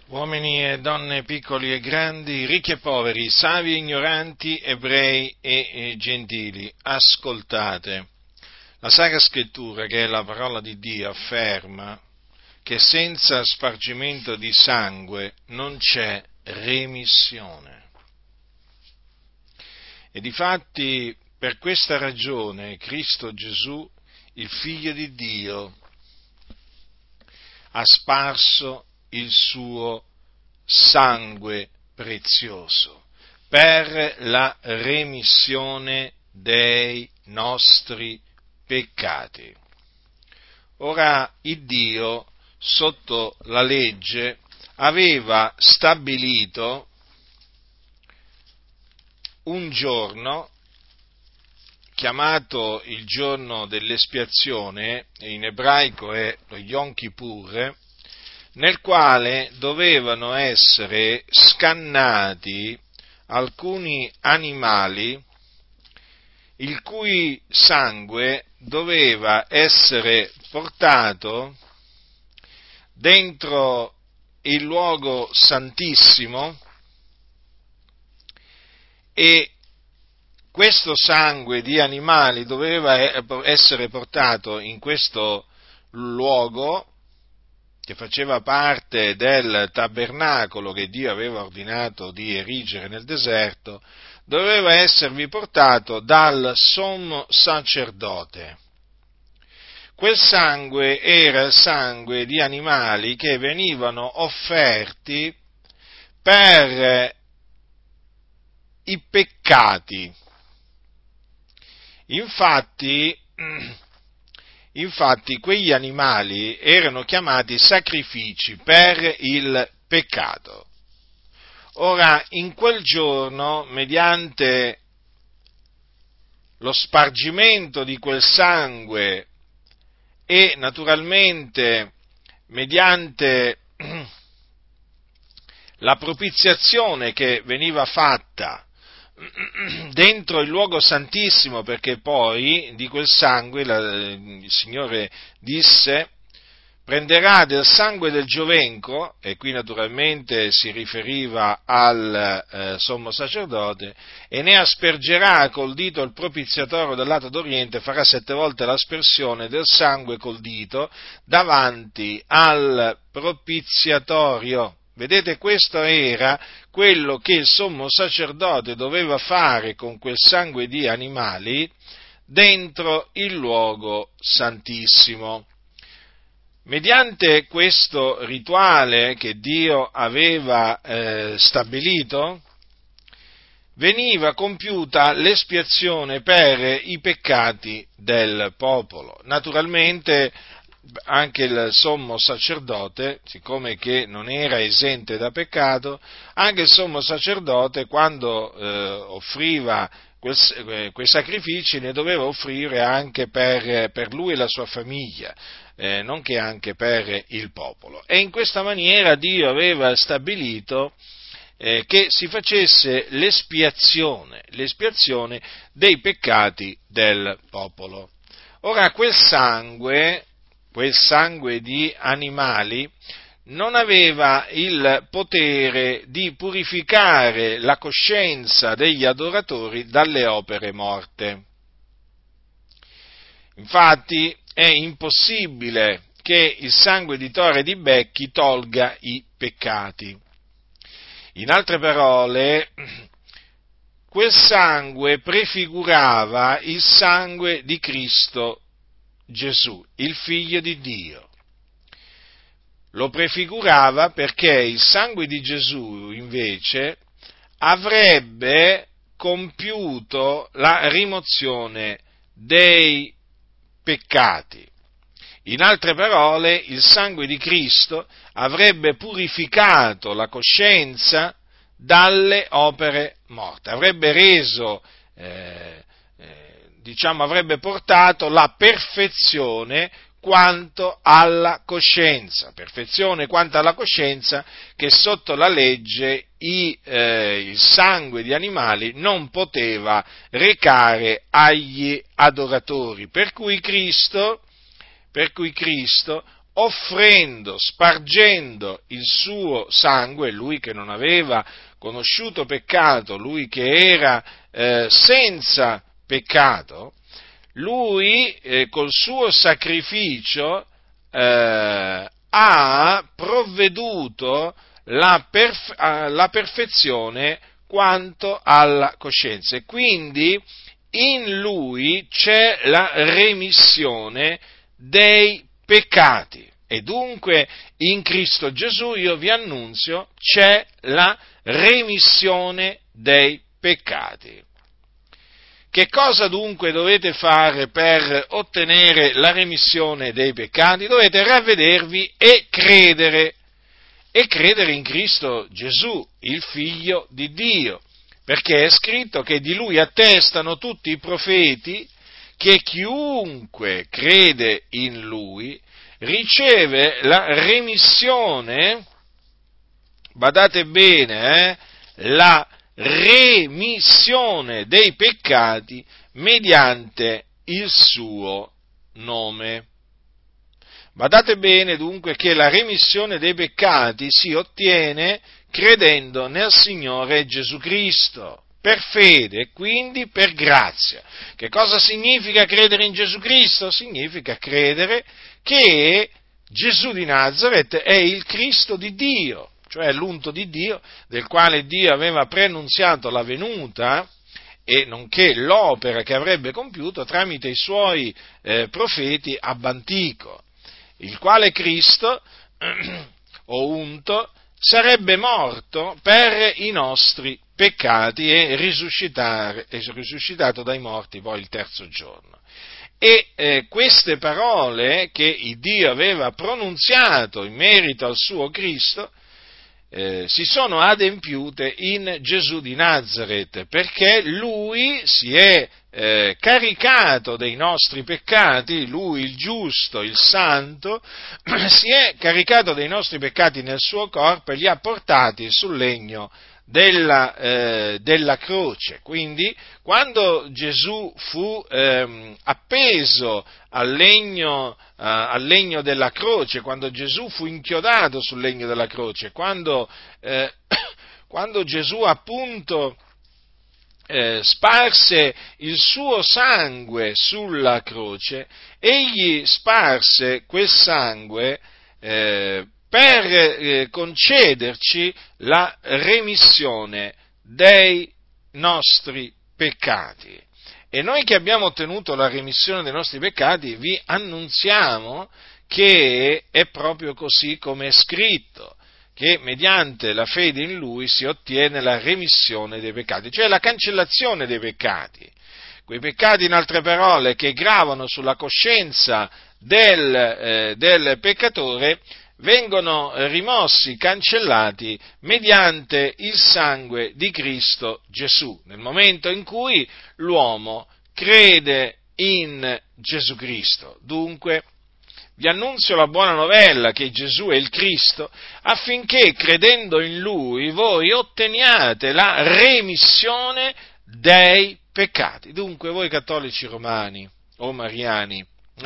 Uomini e donne, piccoli e grandi, ricchi e poveri, savi e ignoranti, ebrei e gentili, ascoltate. La Sacra Scrittura, che è la parola di Dio, afferma che senza spargimento di sangue non c'è remissione. E difatti, per questa ragione, Cristo Gesù, il Figlio di Dio, ha sparso il suo sangue prezioso per la remissione dei nostri peccati. Ora, il Dio, sotto la legge, aveva stabilito un giorno chiamato il giorno dell'espiazione, in ebraico è lo Yom Kippur, nel quale dovevano essere scannati alcuni animali il cui sangue doveva essere portato dentro il luogo santissimo e questo sangue di animali doveva essere portato in questo luogo che faceva parte del tabernacolo che Dio aveva ordinato di erigere nel deserto, doveva esservi portato dal sommo sacerdote. Quel sangue era il sangue di animali che venivano offerti per i peccati. Infatti quegli animali erano chiamati sacrifici per il peccato. Ora, in quel giorno, mediante lo spargimento di quel sangue e naturalmente mediante la propiziazione che veniva fatta dentro il luogo santissimo, perché poi di quel sangue il Signore disse: prenderà del sangue del giovenco, e qui naturalmente si riferiva al sommo sacerdote, e ne aspergerà col dito il propiziatorio del lato d'oriente, farà 7 volte l'aspersione del sangue col dito davanti al propiziatorio. Vedete, questo era quello che il sommo sacerdote doveva fare con quel sangue di animali dentro il luogo santissimo. Mediante questo rituale che Dio aveva stabilito, veniva compiuta l'espiazione per i peccati del popolo. Naturalmente anche il sommo sacerdote, siccome che non era esente da peccato, anche il sommo sacerdote quando offriva quei sacrifici ne doveva offrire anche per lui e la sua famiglia, nonché anche per il popolo. E in questa maniera Dio aveva stabilito che si facesse l'espiazione dei peccati del popolo. Ora, quel sangue di animali non aveva il potere di purificare la coscienza degli adoratori dalle opere morte. Infatti è impossibile che il sangue di tori e di becchi tolga i peccati. In altre parole, quel sangue prefigurava il sangue di Cristo Gesù, il Figlio di Dio. Lo prefigurava perché il sangue di Gesù, invece, avrebbe compiuto la rimozione dei peccati. In altre parole, il sangue di Cristo avrebbe purificato la coscienza dalle opere morte, avrebbe reso, avrebbe portato la perfezione quanto alla coscienza che sotto la legge il sangue di animali non poteva recare agli adoratori, per cui Cristo offrendo, spargendo il suo sangue, lui che non aveva conosciuto peccato, lui che era senza peccato, lui col suo sacrificio ha provveduto alla perfezione quanto alla coscienza, e quindi in lui c'è la remissione dei peccati, e dunque in Cristo Gesù, io vi annunzio, c'è la remissione dei peccati. Che cosa dunque dovete fare per ottenere la remissione dei peccati? Dovete ravvedervi e credere in Cristo Gesù, il Figlio di Dio, perché è scritto che di Lui attestano tutti i profeti che chiunque crede in Lui riceve la remissione, badate bene, la remissione dei peccati mediante il suo nome. Badate bene dunque che la remissione dei peccati si ottiene credendo nel Signore Gesù Cristo, per fede e quindi per grazia. Che cosa significa credere in Gesù Cristo? Significa credere che Gesù di Nazaret è il Cristo di Dio, cioè l'unto di Dio, del quale Dio aveva preannunziato la venuta e nonché l'opera che avrebbe compiuto tramite i suoi profeti ab antico, il quale Cristo, o unto, sarebbe morto per i nostri peccati e risuscitato dai morti poi il terzo giorno. E queste parole che il Dio aveva pronunziato in merito al suo Cristo si sono adempiute in Gesù di Nazaret, perché Lui si è caricato dei nostri peccati, Lui il giusto, il santo, si è caricato dei nostri peccati nel suo corpo e li ha portati sul legno della croce. Quindi, quando Gesù fu appeso al legno della croce, quando Gesù fu inchiodato sul legno della croce, quando Gesù appunto sparse il suo sangue sulla croce, egli sparse quel sangue per concederci la remissione dei nostri peccati. E noi che abbiamo ottenuto la remissione dei nostri peccati vi annunziamo che è proprio così come è scritto, che mediante la fede in Lui si ottiene la remissione dei peccati, cioè la cancellazione dei peccati. Quei peccati, in altre parole, che gravano sulla coscienza del peccatore, vengono rimossi, cancellati mediante il sangue di Cristo Gesù, nel momento in cui l'uomo crede in Gesù Cristo. Dunque, vi annunzio la buona novella che Gesù è il Cristo, affinché credendo in Lui voi otteniate la remissione dei peccati. Dunque, voi cattolici romani o mariani,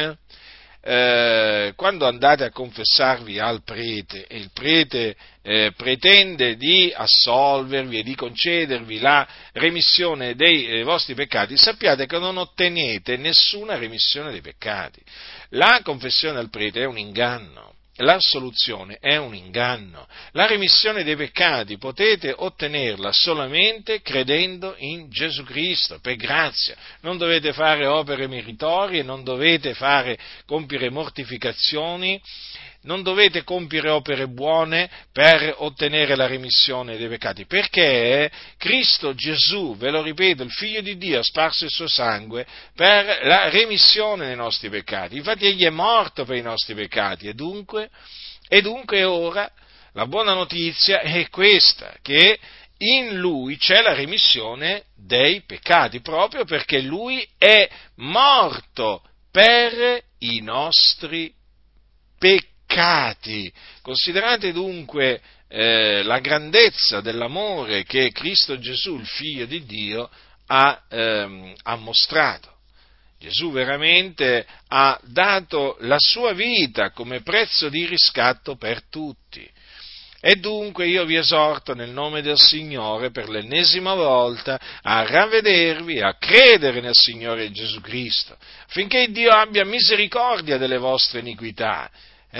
quando andate a confessarvi al prete e il prete pretende di assolvervi e di concedervi la remissione dei vostri peccati, sappiate che non ottenete nessuna remissione dei peccati. La confessione al prete è un inganno. L'assoluzione è un inganno. La remissione dei peccati potete ottenerla solamente credendo in Gesù Cristo, per grazia. Non dovete fare opere meritorie, non dovete compiere mortificazioni, non dovete compiere opere buone per ottenere la remissione dei peccati, perché Cristo Gesù, ve lo ripeto, il Figlio di Dio, ha sparso il suo sangue per la remissione dei nostri peccati. Infatti egli è morto per i nostri peccati e dunque ora la buona notizia è questa, che in Lui c'è la remissione dei peccati, proprio perché Lui è morto per i nostri peccati. Considerate dunque la grandezza dell'amore che Cristo Gesù, il Figlio di Dio, ha mostrato. Gesù veramente ha dato la sua vita come prezzo di riscatto per tutti. E dunque io vi esorto nel nome del Signore per l'ennesima volta a ravvedervi, a credere nel Signore Gesù Cristo, affinché Dio abbia misericordia delle vostre iniquità,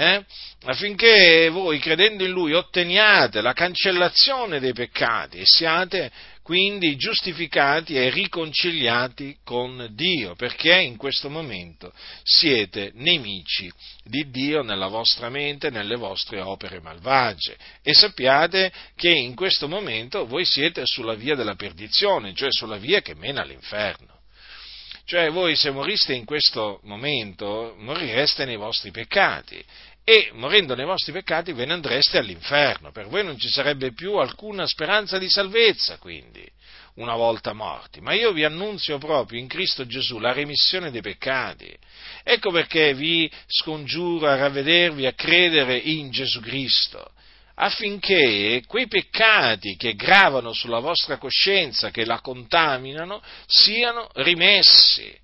affinché voi, credendo in Lui, otteniate la cancellazione dei peccati e siate quindi giustificati e riconciliati con Dio, perché in questo momento siete nemici di Dio nella vostra mente, nelle vostre opere malvagie, e sappiate che in questo momento voi siete sulla via della perdizione, cioè sulla via che mena all'inferno. Cioè voi, se moriste in questo momento, morireste nei vostri peccati, e morendo nei vostri peccati ve ne andreste all'inferno. Per voi non ci sarebbe più alcuna speranza di salvezza, quindi, una volta morti. Ma io vi annunzio proprio in Cristo Gesù la remissione dei peccati. Ecco perché vi scongiuro a ravvedervi, a credere in Gesù Cristo, affinché quei peccati che gravano sulla vostra coscienza, che la contaminano, siano rimessi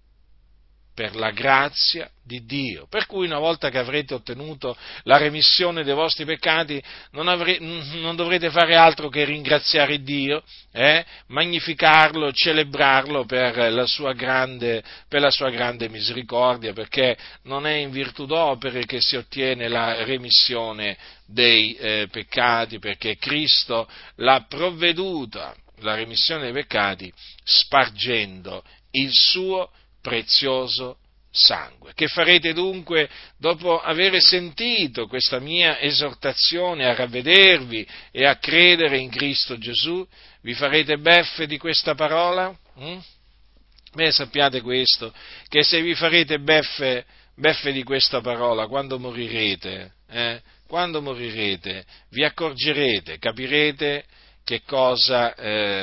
per la grazia di Dio. Per cui una volta che avrete ottenuto la remissione dei vostri peccati, non dovrete fare altro che ringraziare Dio, magnificarlo, celebrarlo per la sua grande misericordia, perché non è in virtù d'opere che si ottiene la remissione dei peccati, perché Cristo l'ha provveduta, la remissione dei peccati, spargendo il suo prezioso sangue. Che farete dunque dopo aver sentito questa mia esortazione a ravvedervi e a credere in Cristo Gesù? Vi farete beffe di questa parola? Beh, sappiate questo, che se vi farete beffe di questa parola, quando morirete, vi accorgerete, capirete che cosa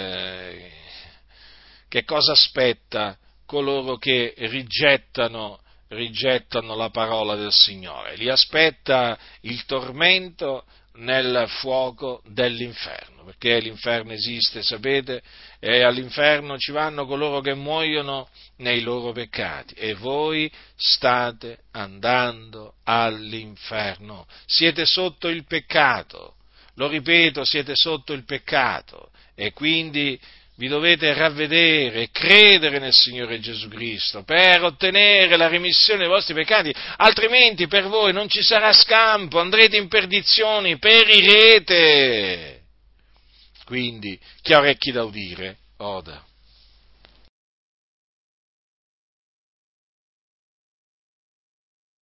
aspetta coloro che rigettano la parola del Signore. Li aspetta il tormento nel fuoco dell'inferno, perché l'inferno esiste, sapete, e all'inferno ci vanno coloro che muoiono nei loro peccati, e voi state andando all'inferno. Siete sotto il peccato, lo ripeto, siete sotto il peccato, e quindi vi dovete ravvedere e credere nel Signore Gesù Cristo per ottenere la remissione dei vostri peccati, altrimenti per voi non ci sarà scampo, andrete in perdizione, perirete. Quindi, chi ha orecchi da udire, oda.